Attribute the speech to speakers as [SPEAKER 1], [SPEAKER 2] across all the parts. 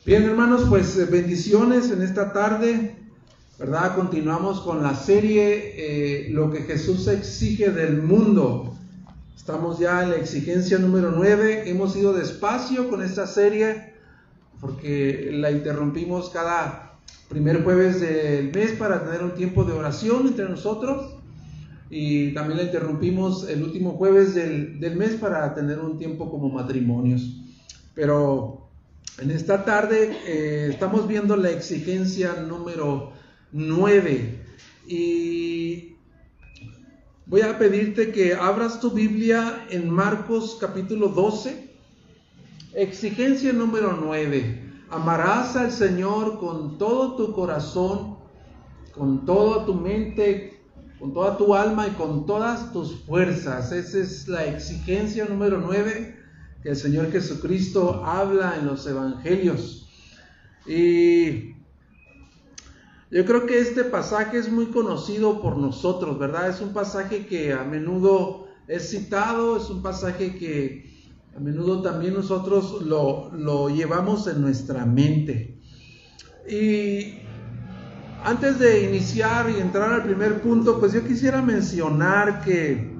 [SPEAKER 1] Bien, hermanos, pues bendiciones en esta tarde, ¿verdad? Continuamos con la serie Lo que Jesús exige del mundo. Estamos ya en la exigencia número 9. Hemos ido despacio con esta serie porque la interrumpimos cada primer jueves del mes para tener un tiempo de oración entre nosotros. Y también la interrumpimos el último jueves del mes para tener un tiempo como matrimonios. Pero en esta tarde estamos viendo la exigencia número 9 y voy a pedirte que abras tu Biblia en Marcos capítulo 12. Exigencia número 9. Amarás al Señor con todo tu corazón, con toda tu mente, con toda tu alma y con todas tus fuerzas. Esa es la exigencia número 9 que el Señor Jesucristo habla en los evangelios. Y yo creo que este pasaje es muy conocido por nosotros, ¿verdad? Es un pasaje que a menudo es citado, es un pasaje que a menudo también nosotros lo llevamos en nuestra mente. Y antes de iniciar y entrar al primer punto, pues yo quisiera mencionar que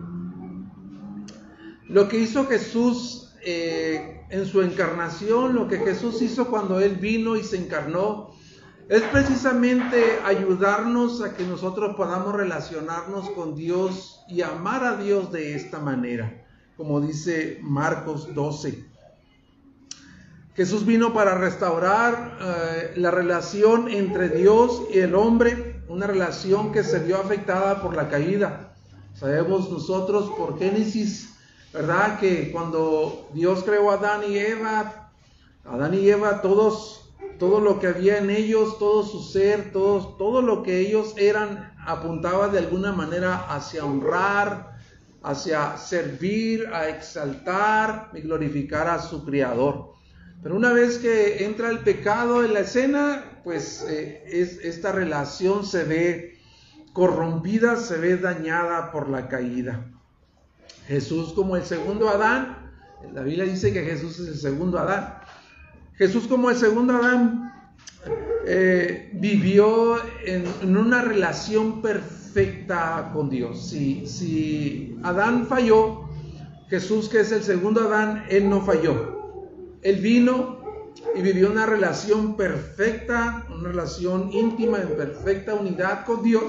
[SPEAKER 1] lo que hizo Jesús en su encarnación, lo que Jesús hizo cuando Él vino y se encarnó, es precisamente ayudarnos a que nosotros podamos relacionarnos con Dios y amar a Dios de esta manera, como dice Marcos 12. Jesús vino para restaurar la relación entre Dios y el hombre, una relación que se vio afectada por la caída. Sabemos nosotros por Génesis, ¿verdad? Que cuando Dios creó a Adán y Eva, todo lo que había en ellos, todo su ser, todo lo que ellos eran, apuntaba de alguna manera hacia honrar, hacia servir, a exaltar y glorificar a su Creador. Pero una vez que entra el pecado en la escena, pues esta relación se ve corrompida, se ve dañada por la caída. Jesús como el segundo Adán, la Biblia dice que Jesús es el segundo Adán. Jesús como el segundo Adán vivió en una relación perfecta con Dios. Si Adán falló, Jesús, que es el segundo Adán, Él no falló. Él vino y vivió una relación perfecta, una relación íntima, en perfecta unidad con Dios.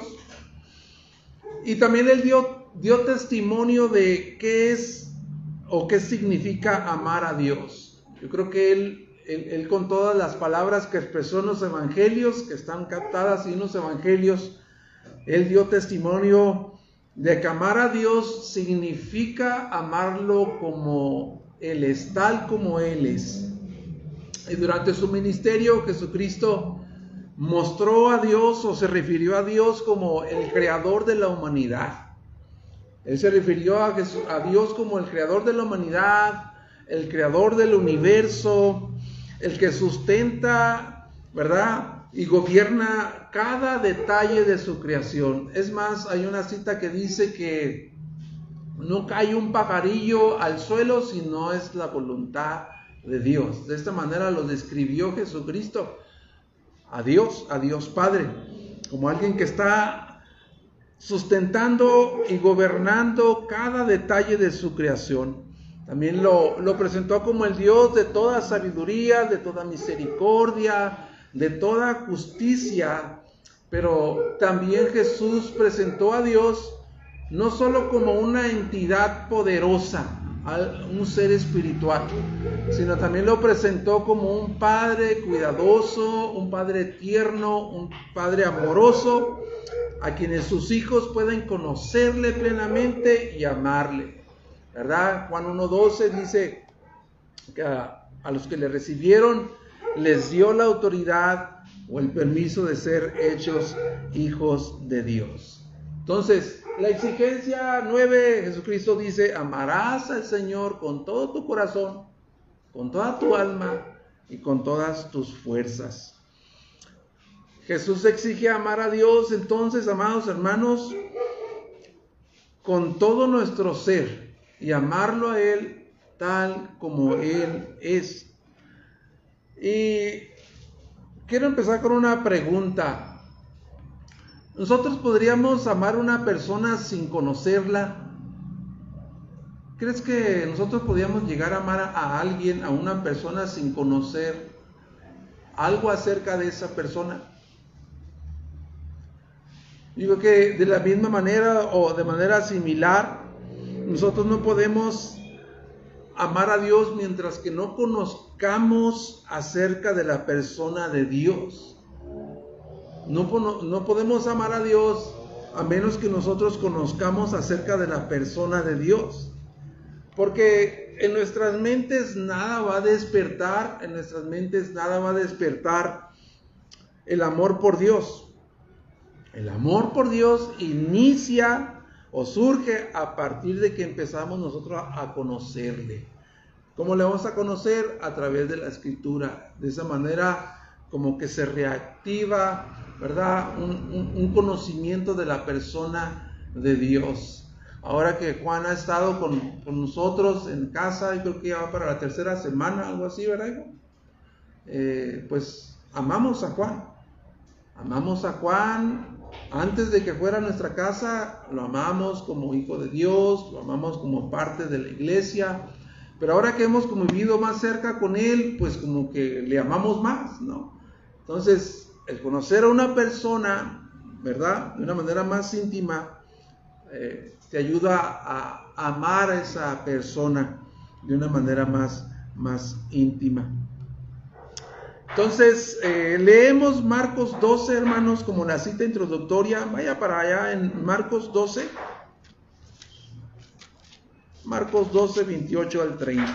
[SPEAKER 1] Y también Él dio testimonio de qué es o qué significa amar a Dios. Yo creo que Él con todas las palabras que expresó en los evangelios, que están captadas en los evangelios, Él dio testimonio de que amar a Dios significa amarlo como Él es, tal como Él es. Y durante su ministerio, Jesucristo mostró a Dios o se refirió a Dios como el creador de la humanidad. Él se refirió a Dios como el creador de la humanidad, el creador del universo, el que sustenta, ¿verdad? Y gobierna cada detalle de su creación. Es más, hay una cita que dice que no cae un pajarillo al suelo si no es la voluntad de Dios. De esta manera lo describió Jesucristo. A Dios Padre, como alguien que está sustentando y gobernando cada detalle de su creación. También lo presentó como el Dios de toda sabiduría, de toda misericordia, de toda justicia. Pero también Jesús presentó a Dios no solo como una entidad poderosa, un ser espiritual, sino también lo presentó como un Padre cuidadoso, un Padre tierno, un Padre amoroso, a quienes sus hijos pueden conocerle plenamente y amarle, ¿verdad? Juan 1:12 dice que a los que le recibieron les dio la autoridad o el permiso de ser hechos hijos de Dios. Entonces, la exigencia 9, Jesucristo dice: amarás al Señor con todo tu corazón, con toda tu alma y con todas tus fuerzas. Jesús exige amar a Dios, entonces, amados hermanos, con todo nuestro ser y amarlo a Él tal como Él es. Y quiero empezar con una pregunta. ¿Nosotros podríamos amar a una persona sin conocerla? ¿Crees que nosotros podríamos llegar a amar a alguien, a una persona sin conocer algo acerca de esa persona? Digo que de la misma manera o de manera similar, nosotros no podemos amar a Dios mientras que no conozcamos acerca de la persona de Dios. No podemos amar a Dios a menos que nosotros conozcamos acerca de la persona de Dios. Porque en nuestras mentes nada va a despertar, el amor por Dios. El amor por Dios inicia o surge a partir de que empezamos nosotros a conocerle. ¿Cómo le vamos a conocer? A través de la Escritura. De esa manera como que se reactiva, ¿verdad? Un conocimiento de la persona de Dios. Ahora que Juan ha estado con nosotros en casa, y creo que ya va para la tercera semana, algo así, ¿verdad? Pues amamos a Juan. Amamos a Juan. Antes de que fuera a nuestra casa, lo amamos como hijo de Dios, lo amamos como parte de la iglesia. Pero ahora que hemos convivido más cerca con él, pues como que le amamos más, ¿no? Entonces, el conocer a una persona, ¿verdad? De una manera más íntima, te ayuda a amar a esa persona de una manera más íntima. Entonces, leemos Marcos 12, hermanos, como la cita introductoria. Vaya para allá en Marcos 12. Marcos 12, 28 al 30.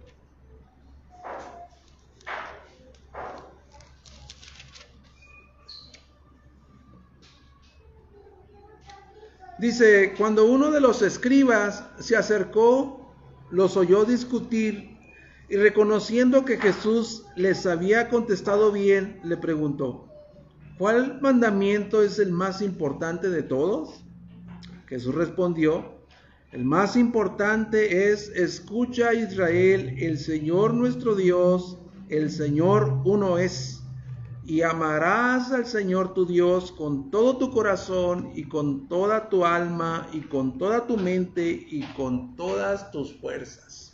[SPEAKER 1] Dice, cuando uno de los escribas se acercó, los oyó discutir y reconociendo que Jesús les había contestado bien, le preguntó, ¿cuál mandamiento es el más importante de todos? Jesús respondió, el más importante es, escucha Israel, el Señor nuestro Dios, el Señor uno es. Y amarás al Señor tu Dios con todo tu corazón y con toda tu alma y con toda tu mente y con todas tus fuerzas.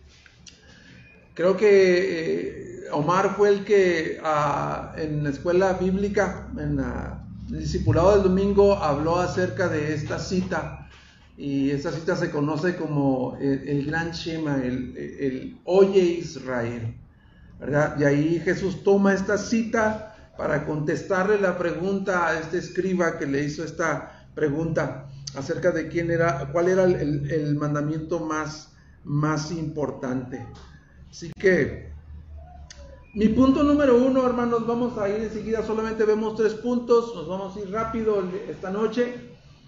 [SPEAKER 1] Creo que Omar fue el que en la escuela bíblica, en el discipulado del domingo, habló acerca de esta cita. Y esta cita se conoce como el gran Shema, el Oye Israel, ¿verdad? Y ahí Jesús toma esta cita para contestarle la pregunta a este escriba que le hizo esta pregunta acerca de cuál era el mandamiento más importante. Así que mi punto número 1, hermanos, vamos a ir enseguida, solamente vemos 3 puntos, nos vamos a ir rápido esta noche.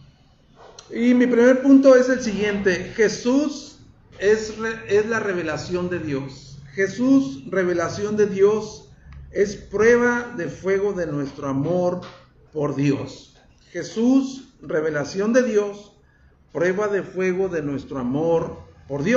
[SPEAKER 1] Y mi primer punto es el siguiente: Jesús es la revelación de Dios. Jesús, revelación de Dios, es prueba de fuego de nuestro amor por Dios. Jesús, revelación de Dios, prueba de fuego de nuestro amor por Dios.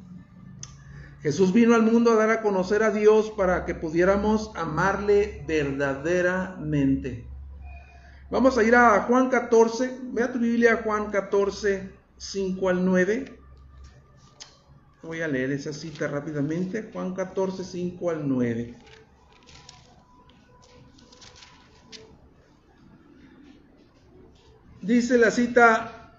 [SPEAKER 1] Jesús vino al mundo a dar a conocer a Dios para que pudiéramos amarle verdaderamente. Vamos a ir a Juan 14, ve a tu Biblia, Juan 14, 5 al 9. Voy a leer esa cita rápidamente, Juan 14, 5 al 9. Dice la cita,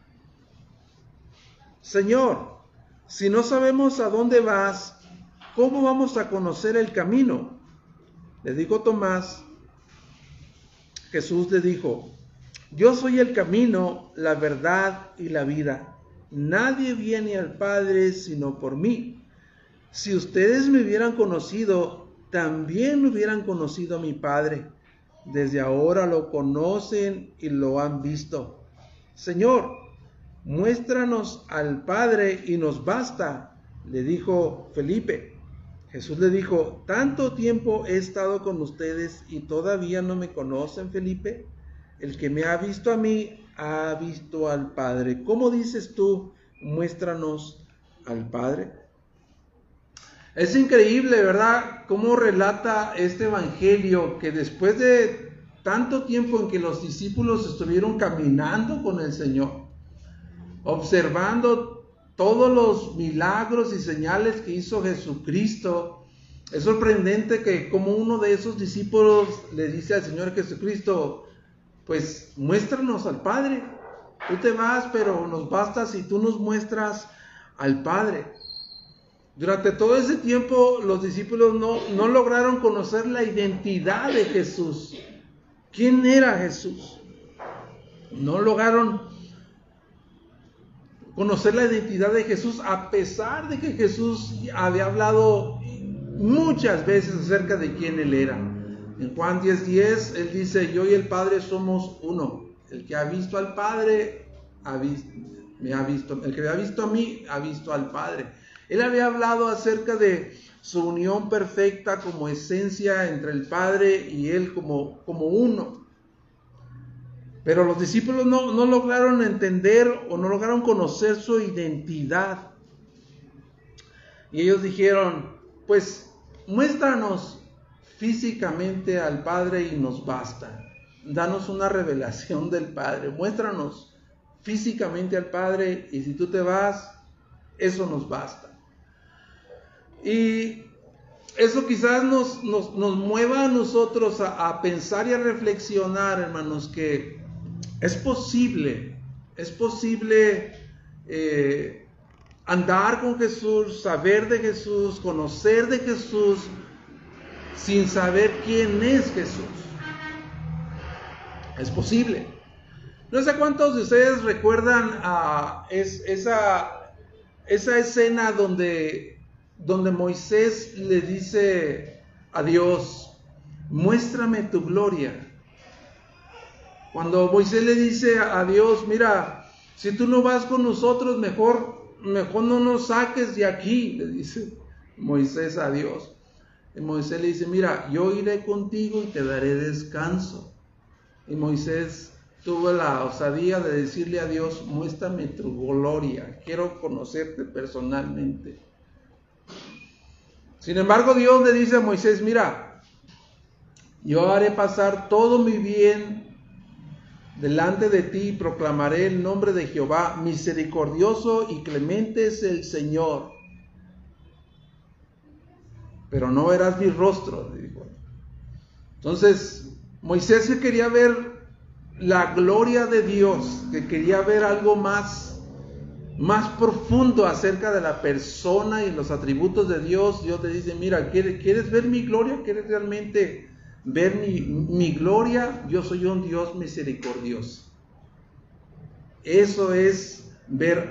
[SPEAKER 1] Señor, si no sabemos a dónde vas, ¿cómo vamos a conocer el camino? Le dijo Tomás. Jesús le dijo, yo soy el camino, la verdad y la vida. Nadie viene al Padre sino por mí. Si ustedes me hubieran conocido, también hubieran conocido a mi Padre. Desde ahora lo conocen y lo han visto. Señor, muéstranos al Padre y nos basta, le dijo Felipe. Jesús le dijo, ¿tanto tiempo he estado con ustedes y todavía no me conocen, Felipe? El que me ha visto a mí, ha visto al Padre. ¿Cómo dices tú, muéstranos al Padre? Es increíble, ¿verdad?, cómo relata este evangelio que después de tanto tiempo en que los discípulos estuvieron caminando con el Señor, observando todos los milagros y señales que hizo Jesucristo, es sorprendente que como uno de esos discípulos le dice al Señor Jesucristo: pues muéstranos al Padre. Tú te vas, pero nos basta si tú nos muestras al Padre. Durante todo ese tiempo los discípulos no lograron conocer la identidad de Jesús. ¿Quién era Jesús? No lograron conocer la identidad de Jesús, a pesar de que Jesús había hablado muchas veces acerca de quién Él era. En Juan 10:10, Él dice: yo y el Padre somos uno. El que ha visto al Padre, me ha visto. El que me ha visto a mí, ha visto al Padre. Él había hablado acerca de su unión perfecta como esencia entre el Padre y Él como uno. Pero los discípulos no lograron entender o no lograron conocer su identidad. Y ellos dijeron: pues muéstranos físicamente al Padre y nos basta. Danos una revelación del Padre. Muéstranos físicamente al Padre y si tú te vas, eso nos basta. Y eso quizás nos mueva a nosotros a pensar y a reflexionar, hermanos, que es posible andar con Jesús, saber de Jesús, conocer de Jesús, sin saber quién es Jesús. Es posible. No sé cuántos de ustedes recuerdan esa escena donde Moisés le dice a Dios: muéstrame tu gloria. Cuando Moisés le dice a Dios: mira, si tú no vas con nosotros, mejor no nos saques de aquí, le dice Moisés a Dios. Y Moisés le dice: mira, yo iré contigo y te daré descanso. Y Moisés tuvo la osadía de decirle a Dios: muéstrame tu gloria, quiero conocerte personalmente. Sin embargo, Dios le dice a Moisés: mira, yo haré pasar todo mi bien delante de ti y proclamaré el nombre de Jehová. Misericordioso y clemente es el Señor, pero no verás mi rostro, le dijo. Entonces Moisés, que quería ver la gloria de Dios, que quería ver algo más profundo acerca de la persona y los atributos de Dios, Dios le dice: mira, ¿quieres ver mi gloria? ¿Quieres realmente ver mi gloria? Yo soy un Dios misericordioso. Eso es ver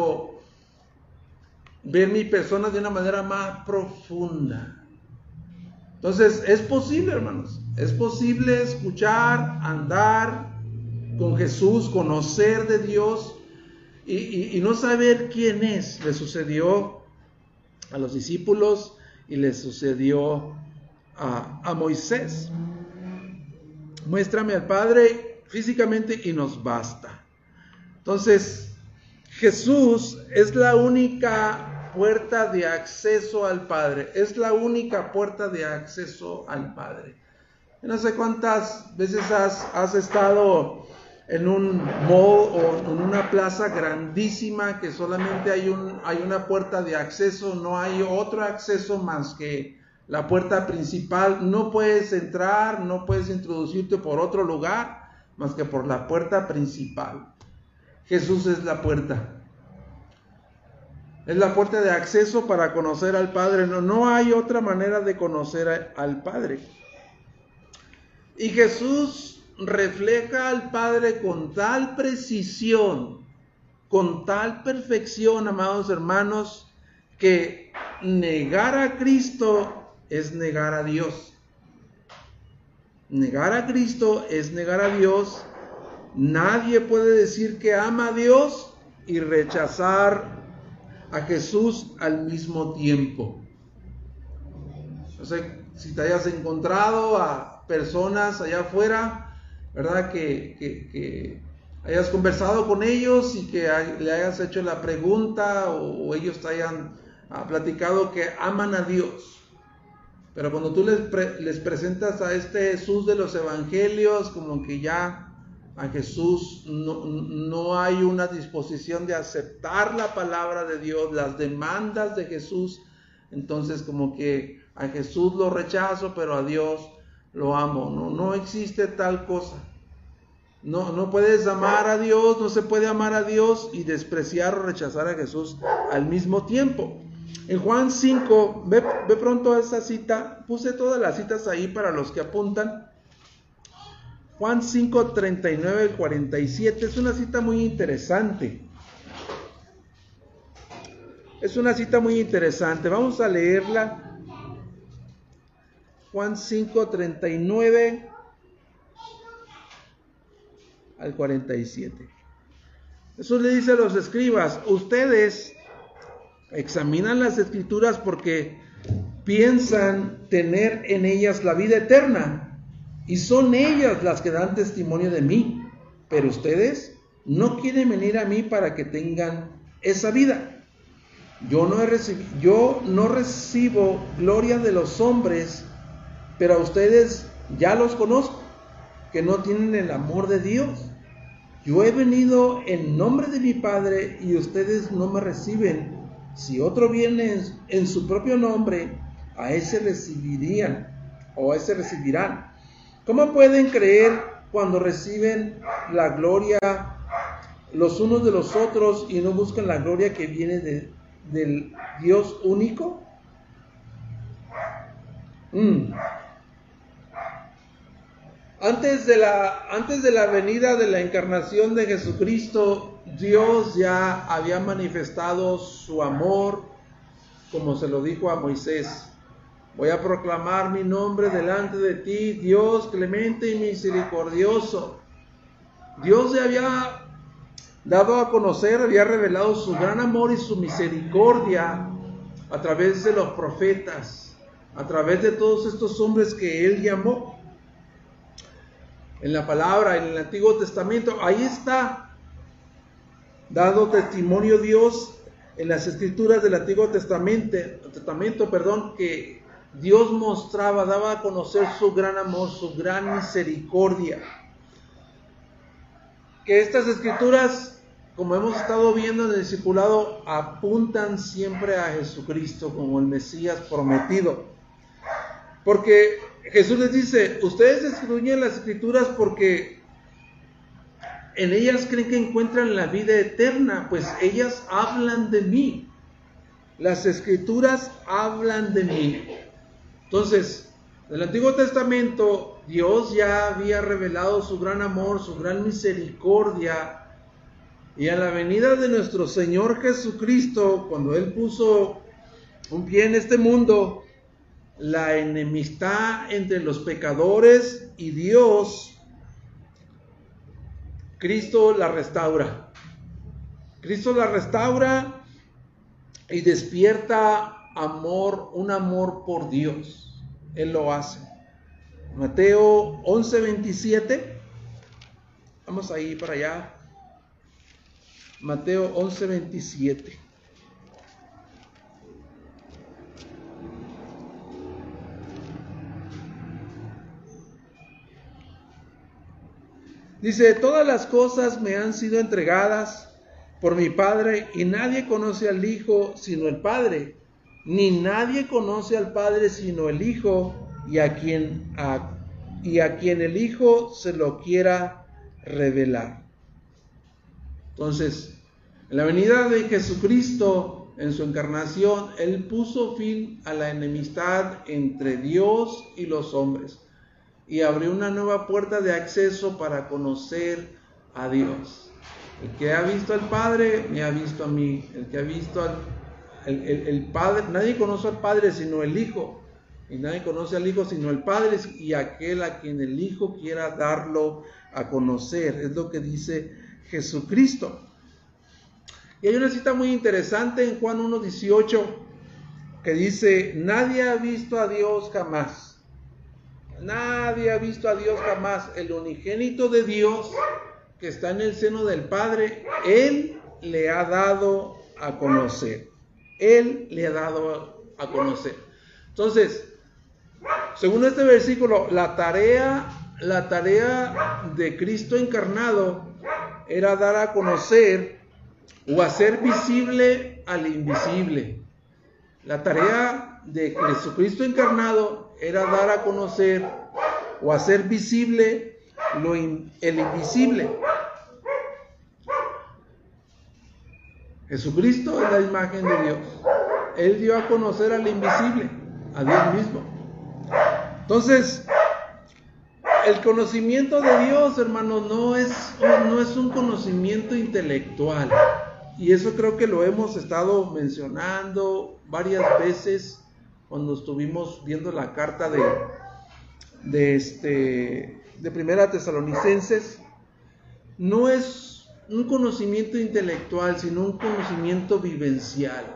[SPEAKER 1] mi persona de una manera más profunda. Entonces, es posible, hermanos, es posible escuchar, andar con Jesús, conocer de Dios y no saber quién es. Le sucedió a los discípulos y le sucedió a Moisés. Muéstrame al Padre físicamente y nos basta. Entonces, Jesús es la única puerta de acceso al Padre. Es la única puerta de acceso al Padre. No sé cuántas veces has estado en un mall o en una plaza grandísima que solamente hay una puerta de acceso, no hay otro acceso más que la puerta principal. No puedes entrar, no puedes introducirte por otro lugar más que por la puerta principal. Jesús es la puerta. Es la puerta de acceso para conocer al Padre. No hay otra manera de conocer al Padre. Y Jesús refleja al Padre con tal precisión, con tal perfección, amados hermanos, que negar a Cristo es negar a Dios. Negar a Cristo es negar a Dios. Nadie puede decir que ama a Dios y rechazar a Jesús al mismo tiempo. No sé si te hayas encontrado a personas allá afuera, ¿verdad? Que hayas conversado con ellos y que le hayas hecho la pregunta o ellos te hayan ha platicado que aman a Dios. Pero cuando tú les presentas a este Jesús de los evangelios, como que ya a Jesús no hay una disposición de aceptar la palabra de Dios, las demandas de Jesús, entonces como que a Jesús lo rechazo, pero a Dios lo amo. No existe tal cosa. No puedes amar a Dios, no se puede amar a Dios y despreciar o rechazar a Jesús al mismo tiempo. En Juan 5, ve pronto esa cita, puse todas las citas ahí para los que apuntan. Juan 5, 39 al 47, es una cita muy interesante. Es una cita muy interesante, vamos a leerla. Juan 5, 39 al 47. Jesús le dice a los escribas: ustedes examinan las escrituras porque piensan tener en ellas la vida eterna, y son ellas las que dan testimonio de mí, pero ustedes no quieren venir a mí para que tengan esa vida. Yo no recibo gloria de los hombres, pero a ustedes ya los conozco, que no tienen el amor de Dios. Yo he venido en nombre de mi Padre y ustedes no me reciben. Si otro viene en su propio nombre, a ese recibirán. ¿Cómo pueden creer cuando reciben la gloria los unos de los otros y no buscan la gloria que viene del Dios único? Antes de la venida de la encarnación de Jesucristo, Dios ya había manifestado su amor, como se lo dijo a Moisés: voy a proclamar mi nombre delante de ti, Dios clemente y misericordioso. Dios ya había dado a conocer, había revelado su gran amor y su misericordia a través de los profetas, a través de todos estos hombres que Él llamó. En la palabra, en el Antiguo Testamento, ahí está dado testimonio Dios en las escrituras del Antiguo Testamento, que Dios mostraba, daba a conocer su gran amor, su gran misericordia. Que estas escrituras, como hemos estado viendo en el discipulado, apuntan siempre a Jesucristo como el Mesías prometido. Porque Jesús les dice: ustedes escudriñan las escrituras porque en ellas creen que encuentran la vida eterna, pues ellas hablan de mí. Las escrituras hablan de mí. Entonces, en el Antiguo Testamento, Dios ya había revelado su gran amor, su gran misericordia, y a la venida de nuestro Señor Jesucristo, cuando Él puso un pie en este mundo, la enemistad entre los pecadores y Dios, Cristo la restaura. Cristo la restaura y despierta amor, un amor por Dios. Él lo hace. Mateo 11:27. Vamos a ir para allá. Mateo 11:27. Dice: todas las cosas me han sido entregadas por mi Padre, y nadie conoce al Hijo sino el Padre, ni nadie conoce al Padre sino el Hijo, y a quien el Hijo se lo quiera revelar. Entonces, en la venida de Jesucristo, en su encarnación, Él puso fin a la enemistad entre Dios y los hombres, y abrió una nueva puerta de acceso para conocer a Dios. El que ha visto al Padre, me ha visto a mí. El que ha visto el Padre, nadie conoce al Padre sino el Hijo, y nadie conoce al Hijo sino el Padre, y aquel a quien el Hijo quiera darlo a conocer. Es lo que dice Jesucristo. Y hay una cita muy interesante en Juan 1:18 que dice: nadie ha visto a Dios jamás. Nadie ha visto a Dios jamás. El unigénito de Dios, que está en el seno del Padre, Él le ha dado a conocer. Él le ha dado a conocer. Entonces, según este versículo, la tarea de Cristo encarnado era dar a conocer o hacer visible al invisible. La tarea de Jesucristo encarnado era dar a conocer o hacer visible el invisible. Jesucristo es la imagen de Dios. Él dio a conocer al invisible, a Dios mismo. Entonces, el conocimiento de Dios, hermanos, no es un conocimiento intelectual. Y eso creo que lo hemos estado mencionando varias veces cuando estuvimos viendo la carta de Primera Tesalonicenses. No es un conocimiento intelectual, sino un conocimiento vivencial.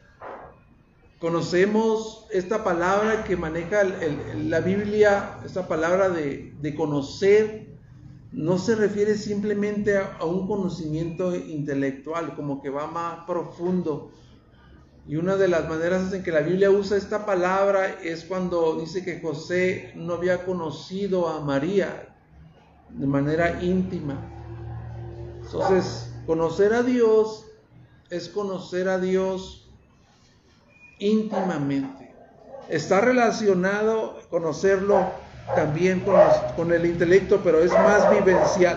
[SPEAKER 1] Conocemos esta palabra que maneja la Biblia, esta palabra de conocer, no se refiere simplemente a un conocimiento intelectual, como que va más profundo. Y una de las maneras en que la Biblia usa esta palabra es cuando dice que José no había conocido a María de manera íntima. Entonces, conocer a Dios es conocer a Dios íntimamente. Está relacionado conocerlo también con el intelecto, pero es más vivencial.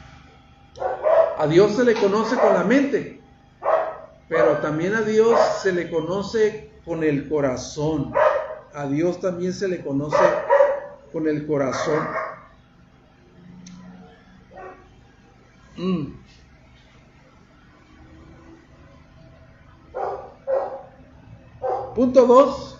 [SPEAKER 1] A Dios se le conoce con la mente, pero también a Dios se le conoce con el corazón. A Dios también se le conoce con el corazón. Punto 2.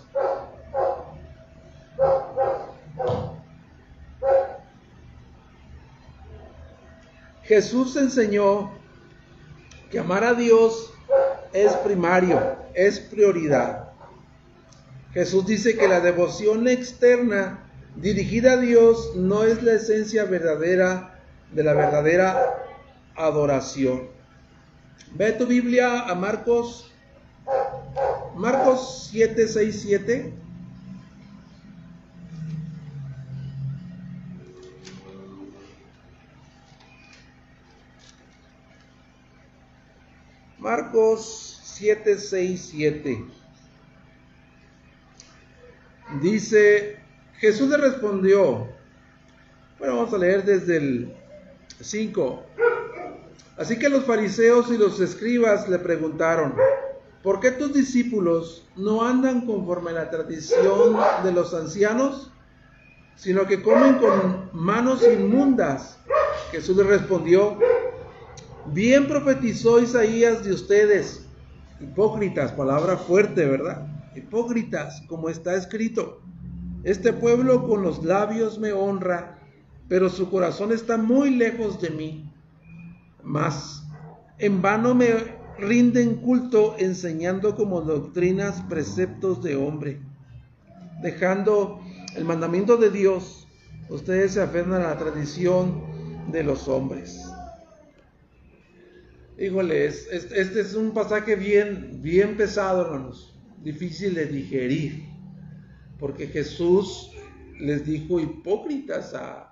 [SPEAKER 1] Jesús enseñó que amar a Dios es primario, es prioridad. Jesús dice que la devoción externa dirigida a Dios no es la esencia verdadera de la verdadera adoración. Ve tu Biblia a Marcos 7, 6, 7. Marcos 7, 6, 7. Dice, Jesús le respondió, bueno, vamos a leer desde el 5. Así que los fariseos y los escribas le preguntaron, ¿por qué tus discípulos no andan conforme a la tradición de los ancianos, sino que comen con manos inmundas? Jesús le respondió, bien profetizó Isaías de ustedes, hipócritas, palabra fuerte, ¿verdad? Hipócritas, como está escrito, este pueblo con los labios me honra, pero su corazón está muy lejos de mí. Mas en vano me rinden culto enseñando como doctrinas preceptos de hombre. Dejando el mandamiento de Dios, ustedes se aferran a la tradición de los hombres. Híjole, este es un pasaje bien pesado, hermanos, difícil de digerir, porque Jesús les dijo hipócritas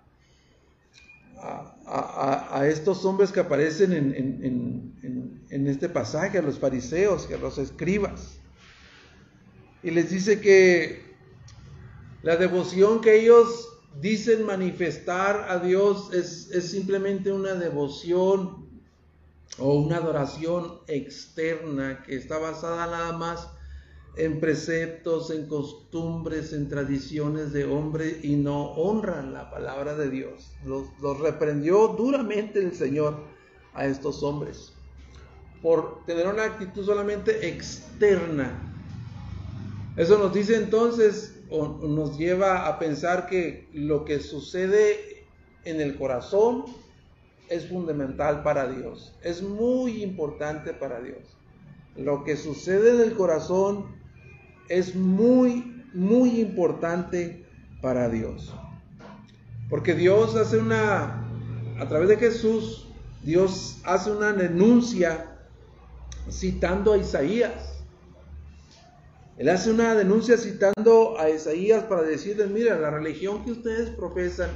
[SPEAKER 1] a estos hombres que aparecen en este pasaje, a los fariseos y a los escribas, y les dice que la devoción que ellos dicen manifestar a Dios es simplemente una devoción o una adoración externa que está basada nada más en preceptos, en costumbres, en tradiciones de hombre, y no honran la palabra de Dios. Los reprendió duramente el Señor a estos hombres por tener una actitud solamente externa. Eso nos dice entonces, o nos lleva a pensar que lo que sucede en el corazón es fundamental para Dios, es muy importante para Dios. Lo que sucede en el corazón es muy importante para Dios, porque Dios hace a través de Jesús, Dios hace una denuncia citando a Isaías. Él hace una denuncia citando a Isaías para decirles, mira, la religión que ustedes profesan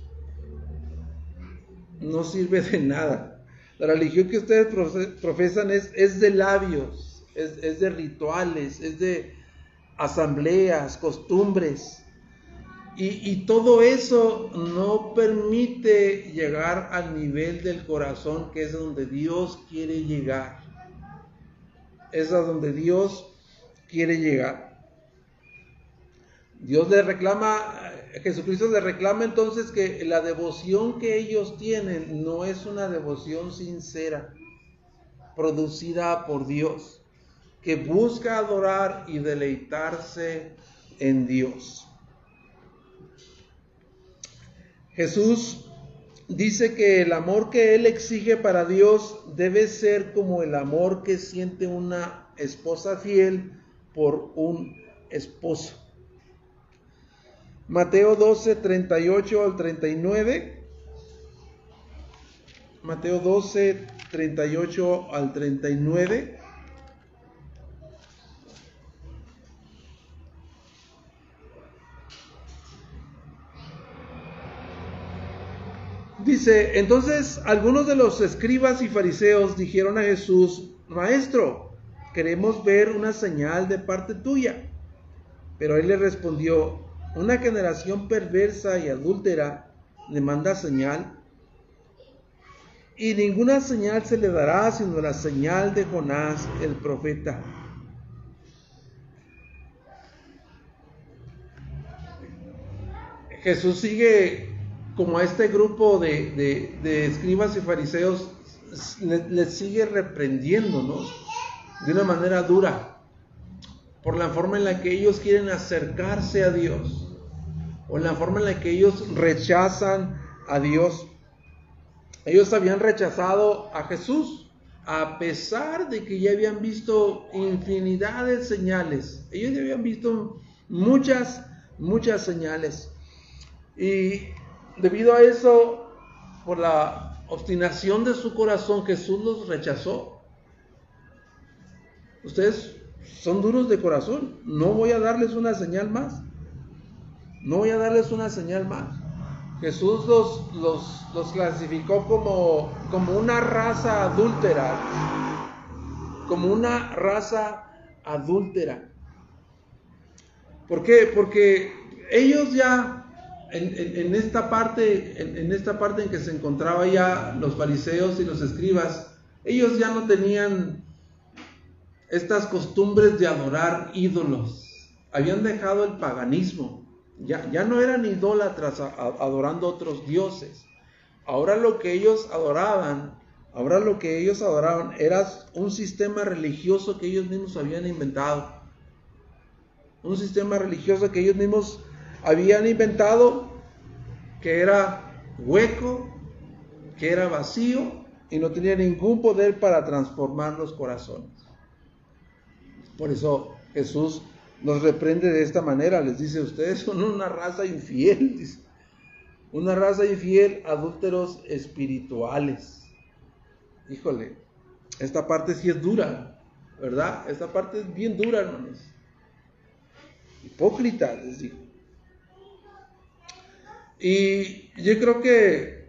[SPEAKER 1] no sirve de nada. La religión que ustedes profesan es de labios, es de rituales, es de asambleas, costumbres. Y todo eso no permite llegar al nivel del corazón, que es donde Dios quiere llegar. Es a donde Dios quiere llegar. Jesucristo le reclama entonces que la devoción que ellos tienen no es una devoción sincera, producida por Dios, que busca adorar y deleitarse en Dios. Jesús dice que el amor que Él exige para Dios debe ser como el amor que siente una esposa fiel por un esposo. Mateo 12, 38 al 39. Mateo 12, 38 al 39. Dice, entonces algunos de los escribas y fariseos dijeron a Jesús, Maestro, queremos ver una señal de parte tuya. Pero él le respondió, una generación perversa y adúltera le manda señal, y ninguna señal se le dará sino la señal de Jonás el profeta. Jesús sigue como a este grupo de escribas y fariseos, les sigue reprendiendo, ¿no? De una manera dura, por la forma en la que ellos quieren acercarse a Dios, o la forma en la que ellos rechazan a Dios. Ellos habían rechazado a Jesús, a pesar de que ya habían visto infinidad de señales. Ellos ya habían visto muchas señales. Y debido a eso, por la obstinación de su corazón, Jesús los rechazó. Ustedes son duros de corazón, no voy a darles una señal más. No voy a darles una señal más. Jesús los clasificó como una raza adúltera. Como una raza adúltera. ¿Por qué? Porque ellos ya, en esta parte en que se encontraba ya los fariseos y los escribas, ellos ya no tenían estas costumbres de adorar ídolos. Habían dejado el paganismo. Ya no eran idólatras adorando otros dioses. Ahora lo que ellos adoraban era un sistema religioso que ellos mismos habían inventado. Un sistema religioso que ellos mismos habían inventado, que era hueco, que era vacío y no tenía ningún poder para transformar los corazones. Por eso Jesús nos reprende de esta manera, les dice, ustedes son una raza infiel, dice. Una raza infiel, adúlteros espirituales. Híjole, esta parte sí es dura, ¿verdad? Esta parte es bien dura, hermanos. Hipócritas, les digo. Y yo creo que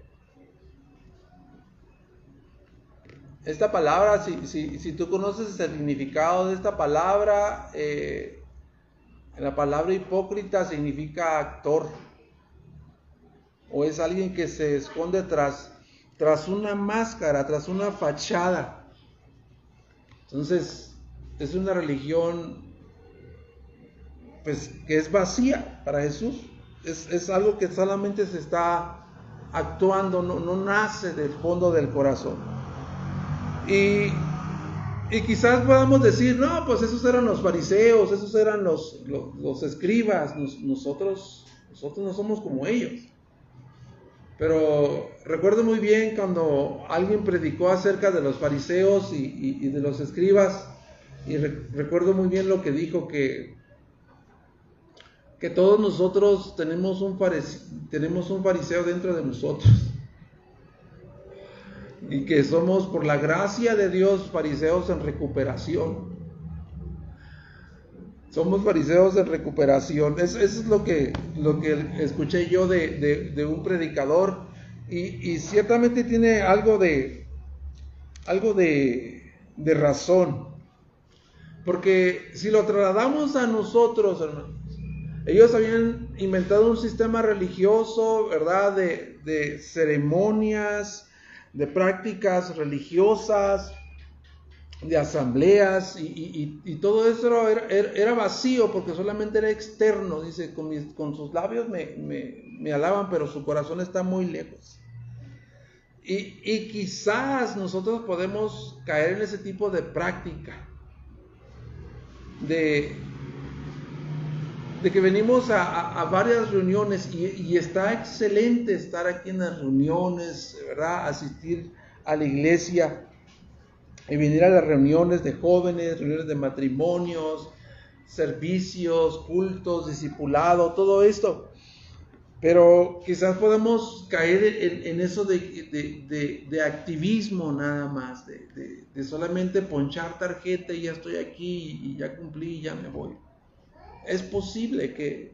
[SPEAKER 1] esta palabra, si tú conoces el significado de esta palabra, la palabra hipócrita significa actor, o es alguien que se esconde tras una máscara, tras una fachada. Entonces, es una religión pues que es vacía para Jesús. Es algo que solamente se está actuando, no nace del fondo del corazón. Y quizás podamos decir, no, pues esos eran los fariseos, esos eran los escribas, nosotros no somos como ellos. Pero recuerdo muy bien cuando alguien predicó acerca de los fariseos y de los escribas, y recuerdo muy bien lo que dijo, que todos nosotros tenemos un fariseo dentro de nosotros, y que somos, por la gracia de Dios, fariseos en recuperación. Somos fariseos en recuperación. Eso es lo que escuché yo de un predicador. Y ciertamente tiene algo de razón. Porque si lo trasladamos a nosotros, hermanos, ellos habían inventado un sistema religioso, ¿verdad? De ceremonias, de prácticas religiosas, de asambleas, y todo eso era vacío porque solamente era externo. Dice, con sus labios me alaban, pero su corazón está muy lejos. Y quizás nosotros podemos caer en ese tipo de práctica, de que venimos a varias reuniones y está excelente estar aquí en las reuniones, ¿verdad? Asistir a la iglesia y venir a las reuniones de jóvenes, reuniones de matrimonios, servicios, cultos, discipulado, todo esto. Pero quizás podemos caer en eso de activismo nada más, de solamente ponchar tarjeta y ya estoy aquí y ya cumplí y ya me voy. Es posible que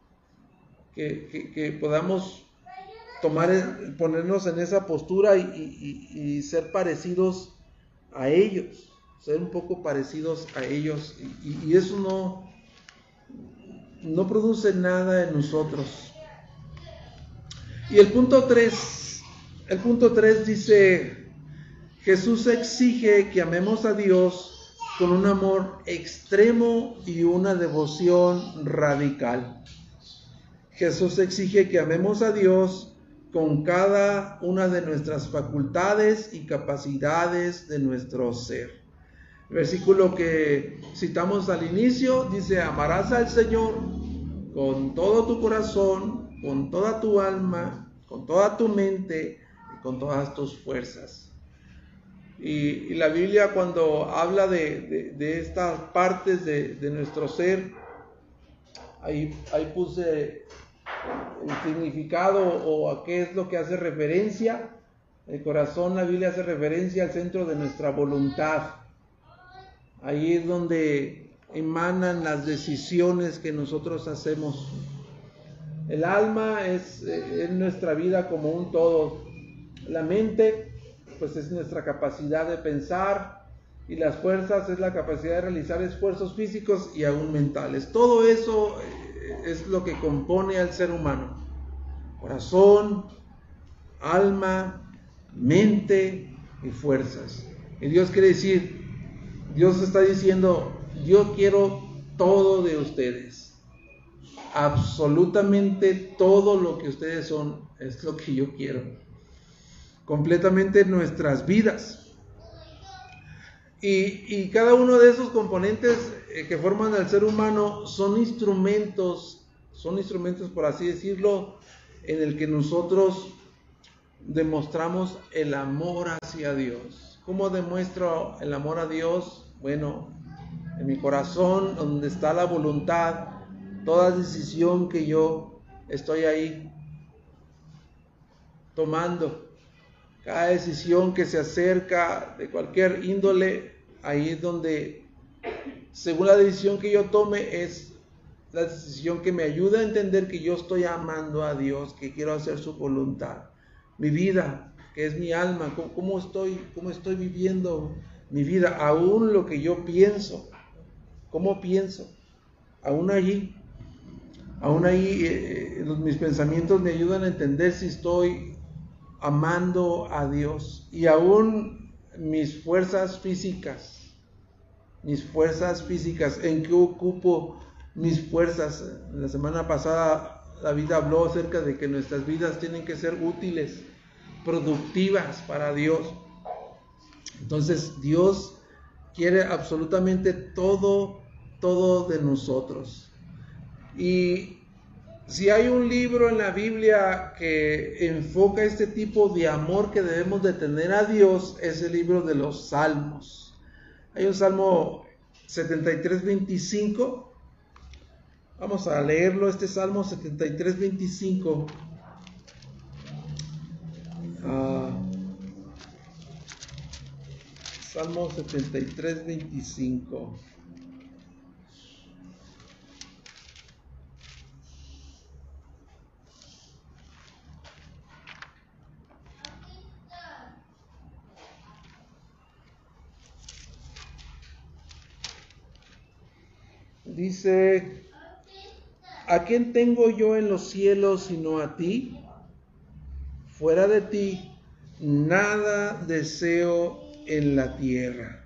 [SPEAKER 1] podamos ponernos en esa postura y ser parecidos a ellos, ser un poco parecidos a ellos, y eso no produce nada en nosotros. Y el punto 3 dice: Jesús exige que amemos a Dios con un amor extremo y una devoción radical. Jesús exige que amemos a Dios con cada una de nuestras facultades y capacidades de nuestro ser. El versículo que citamos al inicio dice: amarás al Señor con todo tu corazón, con toda tu alma, con toda tu mente y con todas tus fuerzas. Y la Biblia, cuando habla de estas partes de nuestro ser, ahí puse el significado o a qué es lo que hace referencia. El corazón, la Biblia hace referencia al centro de nuestra voluntad. Ahí es donde emanan las decisiones que nosotros hacemos. El alma es nuestra vida como un todo. La mente, pues, es nuestra capacidad de pensar, y las fuerzas es la capacidad de realizar esfuerzos físicos y aún mentales. Todo eso es lo que compone al ser humano: corazón, alma, mente y fuerzas. Y Dios está diciendo: yo quiero todo de ustedes. Absolutamente todo lo que ustedes son es lo que yo quiero. Completamente nuestras vidas. Y cada uno de esos componentes que forman al ser humano son instrumentos, por así decirlo, en el que nosotros demostramos el amor hacia Dios. ¿Cómo demuestro el amor a Dios? Bueno, en mi corazón, donde está la voluntad, toda decisión que yo estoy ahí tomando, cada decisión que se acerca de cualquier índole, ahí es donde, según la decisión que yo tome, es la decisión que me ayuda a entender que yo estoy amando a Dios, que quiero hacer su voluntad. Mi vida, que es mi alma, cómo estoy viviendo mi vida, aún lo que yo pienso, cómo pienso, aún allí mis pensamientos me ayudan a entender si estoy amando a Dios. Y aún mis fuerzas físicas, ¿en qué ocupo mis fuerzas? La semana pasada David habló acerca de que nuestras vidas tienen que ser útiles, productivas para Dios. Entonces Dios quiere absolutamente todo de nosotros. Y si hay un libro en la Biblia que enfoca este tipo de amor que debemos de tener a Dios, es el libro de los Salmos. Hay un Salmo 73:25. Vamos a leerlo, este Salmo 73:25. Salmo 73:25. Dice, ¿a quién tengo yo en los cielos sino a ti? Fuera de ti, nada deseo en la tierra.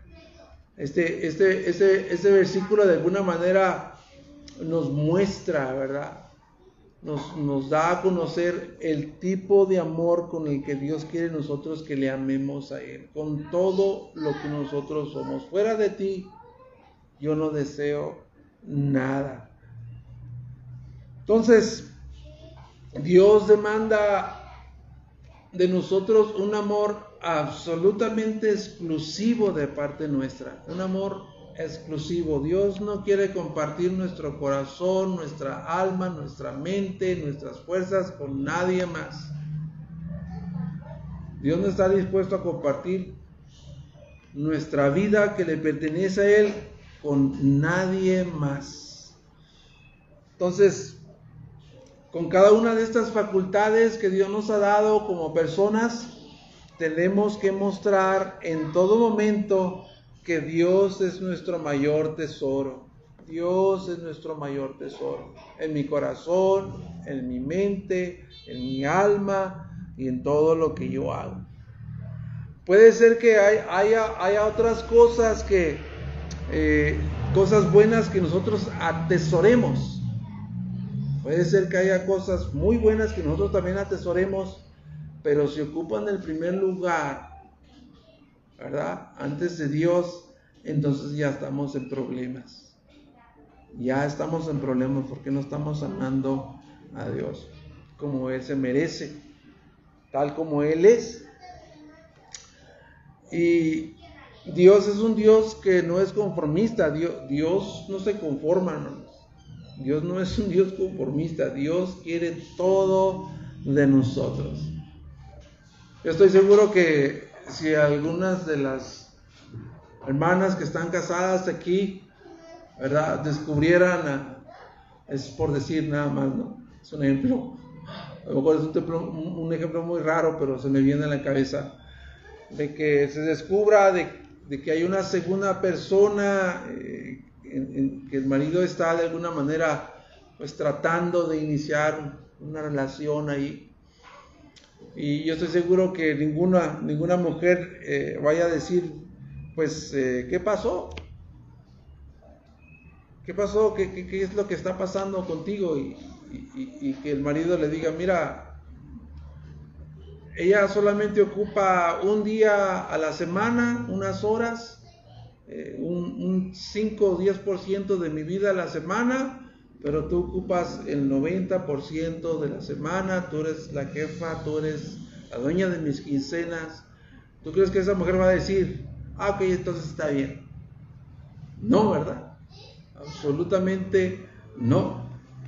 [SPEAKER 1] Este versículo de alguna manera nos muestra, ¿verdad? Nos da a conocer el tipo de amor con el que Dios quiere nosotros que le amemos a Él, con todo lo que nosotros somos. Fuera de ti, yo no deseo nada. Entonces, Dios demanda de nosotros un amor absolutamente exclusivo de parte nuestra, un amor exclusivo. Dios no quiere compartir nuestro corazón, nuestra alma, nuestra mente, nuestras fuerzas con nadie más. Dios no está dispuesto a compartir nuestra vida que le pertenece a Él con nadie más. Entonces, con cada una de estas facultades que Dios nos ha dado como personas, tenemos que mostrar en todo momento que Dios es nuestro mayor tesoro. Dios es nuestro mayor tesoro. En mi corazón, en mi mente, en mi alma y en todo lo que yo hago. Puede ser que haya otras cosas cosas buenas que nosotros atesoremos. Puede ser que haya cosas muy buenas que nosotros también atesoremos, pero si ocupan el primer lugar, ¿verdad? Antes de Dios, entonces ya estamos en problemas. Ya estamos en problemas porque no estamos amando a Dios como Él se merece, tal como Él es. Y Dios es un Dios que no es conformista. Dios no se conforma, hermanos. Dios no es un Dios conformista. Dios quiere todo de nosotros. Yo estoy seguro que si algunas de las hermanas que están casadas aquí, ¿verdad?, descubrieran, es por decir nada más, ¿no? Es un ejemplo. A lo mejor es un ejemplo muy raro, pero se me viene a la cabeza. De que se descubra de que hay una segunda persona, que el marido está de alguna manera pues tratando de iniciar una relación ahí, y yo estoy seguro que ninguna mujer vaya a decir pues ¿qué pasó? ¿Qué pasó? ¿Qué es lo que está pasando contigo? Y que el marido le diga, mira, ella solamente ocupa un día a la semana, unas horas, un 5 o 10% de mi vida a la semana, pero tú ocupas el 90% de la semana, tú eres la jefa, tú eres la dueña de mis quincenas. ¿Tú crees que esa mujer va a decir, ok, entonces está bien? No, ¿verdad? Absolutamente no.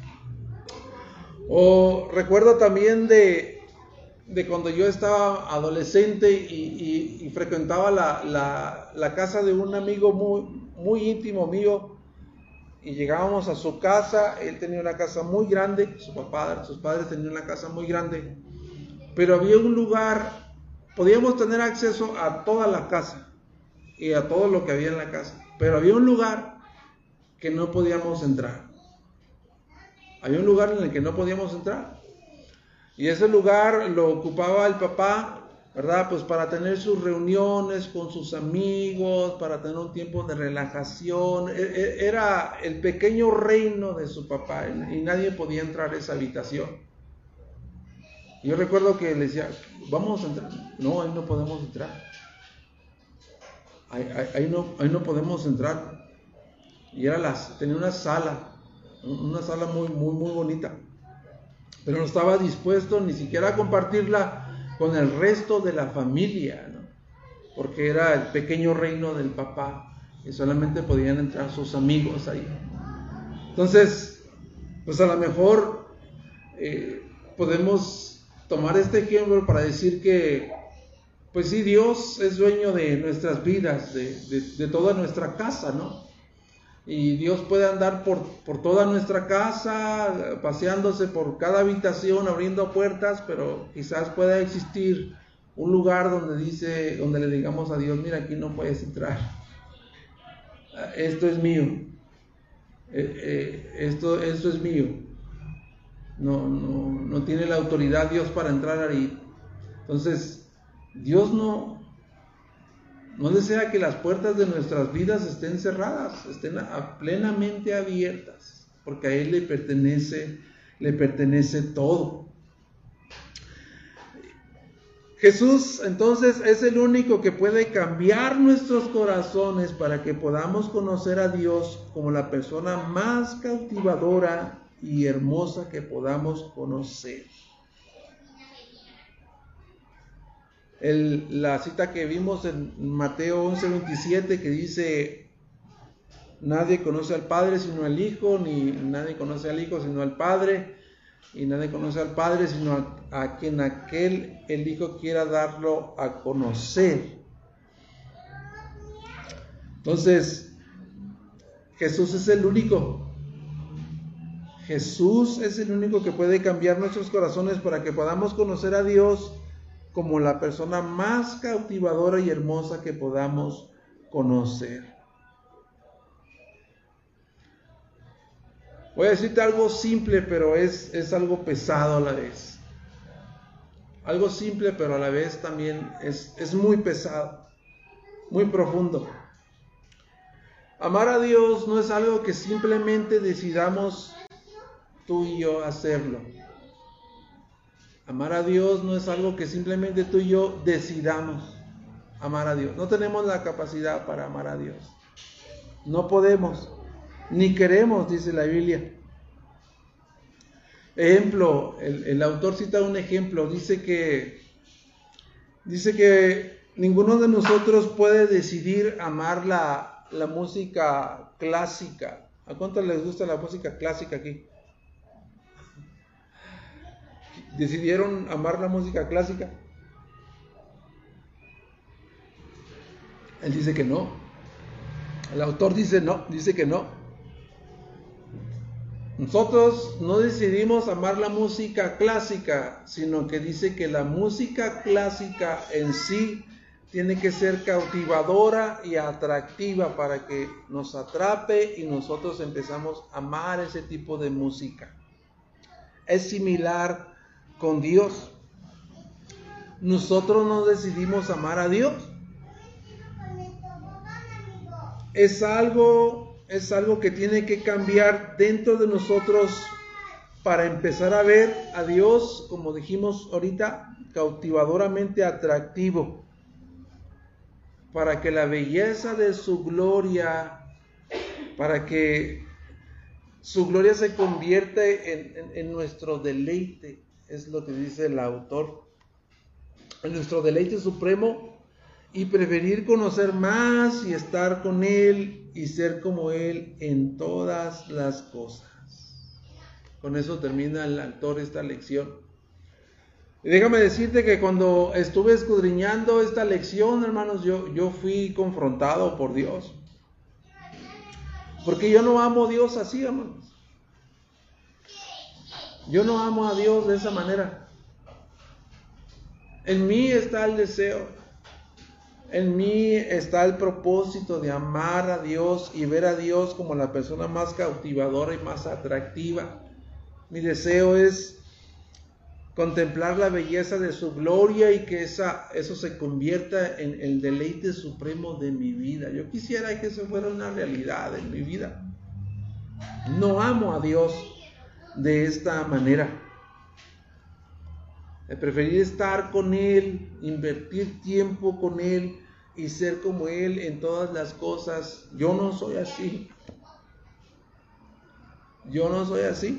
[SPEAKER 1] O recuerdo también de cuando yo estaba adolescente y frecuentaba la casa de un amigo muy íntimo mío, y llegábamos a su casa. Él tenía una casa muy grande, sus padres tenían una casa muy grande, pero había un lugar, podíamos tener acceso a toda la casa y a todo lo que había en la casa, pero había un lugar que no podíamos entrar. Había un lugar en el que no podíamos entrar. Y ese lugar lo ocupaba el papá, ¿verdad? Pues para tener sus reuniones con sus amigos, para tener un tiempo de relajación. Era el pequeño reino de su papá y nadie podía entrar a esa habitación. Yo recuerdo que le decía, vamos a entrar. No, ahí no podemos entrar. Ahí no podemos entrar. Y tenía una sala muy, muy, muy bonita. Pero no estaba dispuesto ni siquiera a compartirla con el resto de la familia, ¿no? Porque era el pequeño reino del papá y solamente podían entrar sus amigos ahí. Entonces, pues a lo mejor podemos tomar este ejemplo para decir que, pues sí, Dios es dueño de nuestras vidas, de toda nuestra casa, ¿no? Y Dios puede andar por toda nuestra casa, paseándose por cada habitación, abriendo puertas, pero quizás pueda existir un lugar donde le digamos a Dios, mira, aquí no puedes entrar. Esto es mío. esto es mío. No tiene la autoridad Dios para entrar ahí. Entonces, Dios no desea que las puertas de nuestras vidas estén cerradas, estén plenamente abiertas, porque a Él le pertenece todo. Jesús entonces es el único que puede cambiar nuestros corazones para que podamos conocer a Dios como la persona más cautivadora y hermosa que podamos conocer. La cita que vimos en Mateo 11:27 que dice: nadie conoce al Padre sino al Hijo, ni nadie conoce al Hijo sino al Padre, y nadie conoce al Padre sino a quien el Hijo quiera darlo a conocer. Entonces, Jesús es el único. Jesús es el único que puede cambiar nuestros corazones para que podamos conocer a Dios como la persona más cautivadora y hermosa que podamos conocer. Voy a decirte algo simple, pero es algo pesado a la vez. Algo simple, pero a la vez también es muy pesado, muy profundo. Amar a Dios no es algo que simplemente decidamos tú y yo hacerlo. Amar a Dios no es algo que simplemente tú y yo decidamos amar a Dios. No tenemos la capacidad para amar a Dios. No podemos, ni queremos, dice la Biblia. Ejemplo, el autor cita un ejemplo, dice que ninguno de nosotros puede decidir amar la música clásica. ¿A cuántos les gusta la música clásica aquí? ¿Decidieron amar la música clásica? Él dice que no. El autor dice que no. Nosotros no decidimos amar la música clásica, sino que dice que la música clásica en sí tiene que ser cautivadora y atractiva para que nos atrape y nosotros empezamos a amar ese tipo de música. Es similar con Dios. Nosotros no decidimos amar a Dios. Es algo que tiene que cambiar dentro de nosotros para empezar a ver a Dios, como dijimos ahorita, cautivadoramente atractivo, para que la belleza de su gloria, para que su gloria se convierta en nuestro deleite, es lo que dice el autor, en nuestro deleite supremo, y preferir conocer más y estar con Él y ser como Él en todas las cosas. Con eso termina el autor esta lección. Y déjame decirte que cuando estuve escudriñando esta lección, hermanos, yo fui confrontado por Dios. Porque yo no amo a Dios así, hermanos. Yo no amo a Dios de esa manera. En mí está el deseo. En mí está el propósito de amar a Dios y ver a Dios como la persona más cautivadora y más atractiva. Mi deseo es contemplar la belleza de su gloria y que eso se convierta en el deleite supremo de mi vida. Yo quisiera que eso fuera una realidad en mi vida. No amo a Dios de esta manera. De preferir estar con Él, invertir tiempo con Él y ser como Él en todas las cosas. Yo no soy así. Yo no soy así.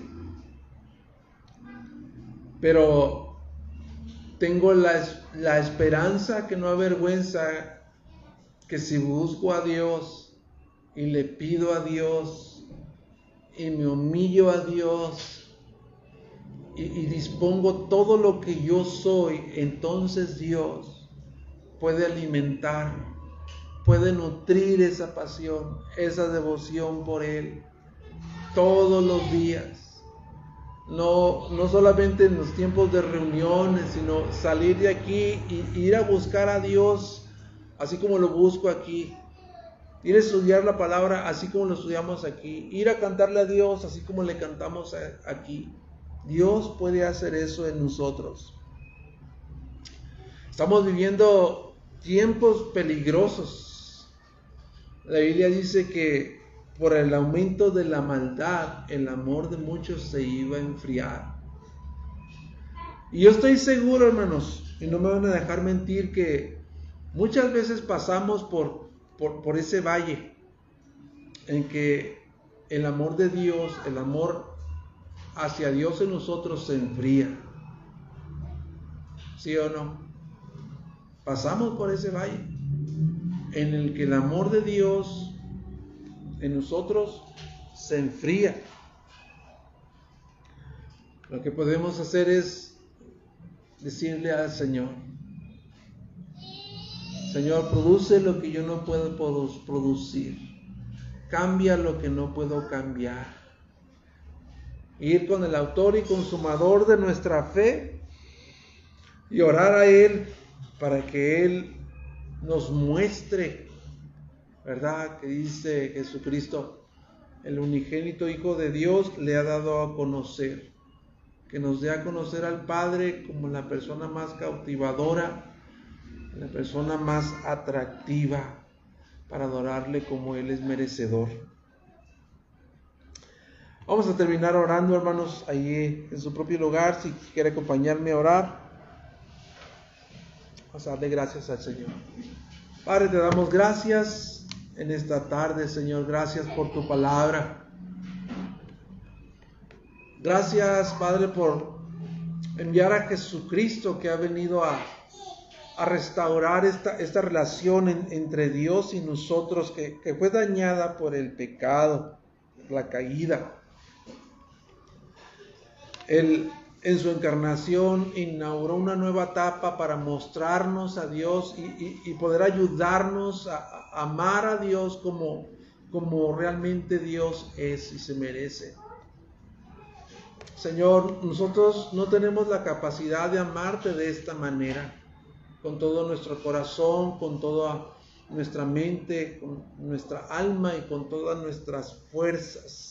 [SPEAKER 1] Pero tengo la esperanza que no avergüenza, que si busco a Dios y le pido a Dios y me humillo a Dios y dispongo todo lo que yo soy, entonces Dios puede alimentar, puede nutrir esa pasión, esa devoción por Él todos los días. No solamente en los tiempos de reuniones, sino salir de aquí y ir a buscar a Dios así como lo busco aquí. ir a estudiar la palabra así como lo estudiamos aquí, ir a cantarle a Dios así como le cantamos aquí. Dios puede hacer eso en nosotros. Estamos viviendo tiempos peligrosos. La Biblia dice que por el aumento de la maldad, el amor de muchos se iba a enfriar. Y yo estoy seguro, hermanos, y no me van a dejar mentir, que muchas veces pasamos por ese valle en que el amor de Dios, el amor hacia Dios en nosotros se enfría. ¿Sí o no? Pasamos por ese valle en el que el amor de Dios en nosotros se enfría. Lo que podemos hacer es decirle al Señor: Señor, produce lo que yo no puedo producir, cambia lo que no puedo cambiar. Ir con el autor y consumador de nuestra fe y orar a Él para que Él nos muestre, ¿verdad? Que dice Jesucristo, el unigénito Hijo de Dios le ha dado a conocer, que nos dé a conocer al Padre como la persona más cautivadora, la persona más atractiva para adorarle como Él es merecedor. Vamos a terminar orando, hermanos, ahí en su propio lugar. Si quiere acompañarme a orar, vamos a darle gracias al Señor. Padre, te damos gracias en esta tarde, Señor. Gracias por tu palabra. Gracias, Padre, por enviar a Jesucristo, que ha venido a restaurar esta relación entre Dios y nosotros, que fue dañada por el pecado, la caída. Él en su encarnación inauguró una nueva etapa para mostrarnos a Dios y poder ayudarnos a amar a Dios como realmente Dios es y se merece. Señor, nosotros no tenemos la capacidad de amarte de esta manera, con todo nuestro corazón, con toda nuestra mente, con nuestra alma y con todas nuestras fuerzas.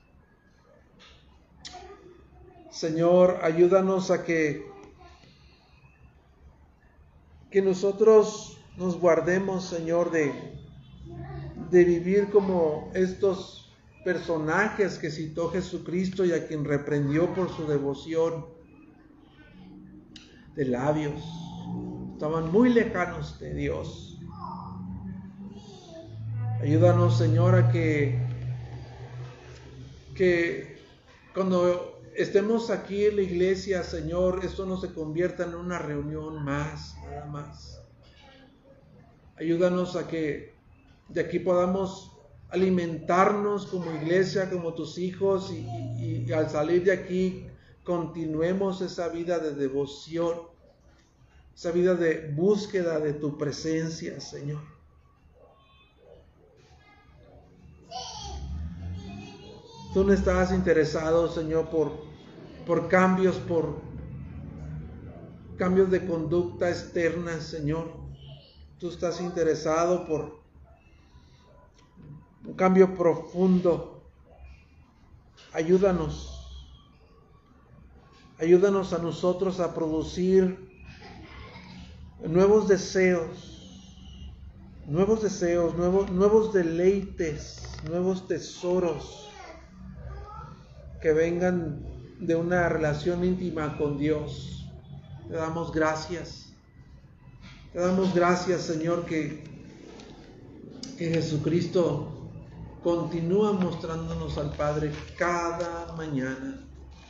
[SPEAKER 1] Señor, ayúdanos a que nosotros nos guardemos, Señor, de vivir como estos personajes que citó Jesucristo y a quien reprendió por su devoción de labios. Estaban muy lejanos de Dios. Ayúdanos, Señor, a que cuando estemos aquí en la iglesia, Señor, esto no se convierta en una reunión más, nada más. Ayúdanos a que de aquí podamos alimentarnos como iglesia, como tus hijos, y al salir de aquí continuemos esa vida de devoción, esa vida de búsqueda de tu presencia, Señor. Tú no estás interesado, Señor, por cambios de conducta externa, Señor. Tú estás interesado por un cambio profundo. Ayúdanos a nosotros a producir nuevos deseos, nuevos deleites, nuevos tesoros que vengan de una relación íntima con Dios. Te damos gracias. Te damos gracias, Señor, que Jesucristo continúa mostrándonos al Padre cada mañana.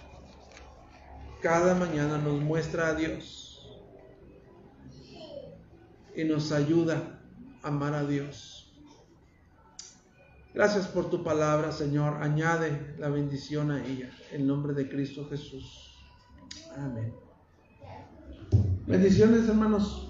[SPEAKER 1] Cada mañana nos muestra a Dios y nos ayuda a amar a Dios. Gracias por tu palabra, Señor. Añade la bendición a ella. En nombre de Cristo Jesús. Amén. Bendiciones, hermanos.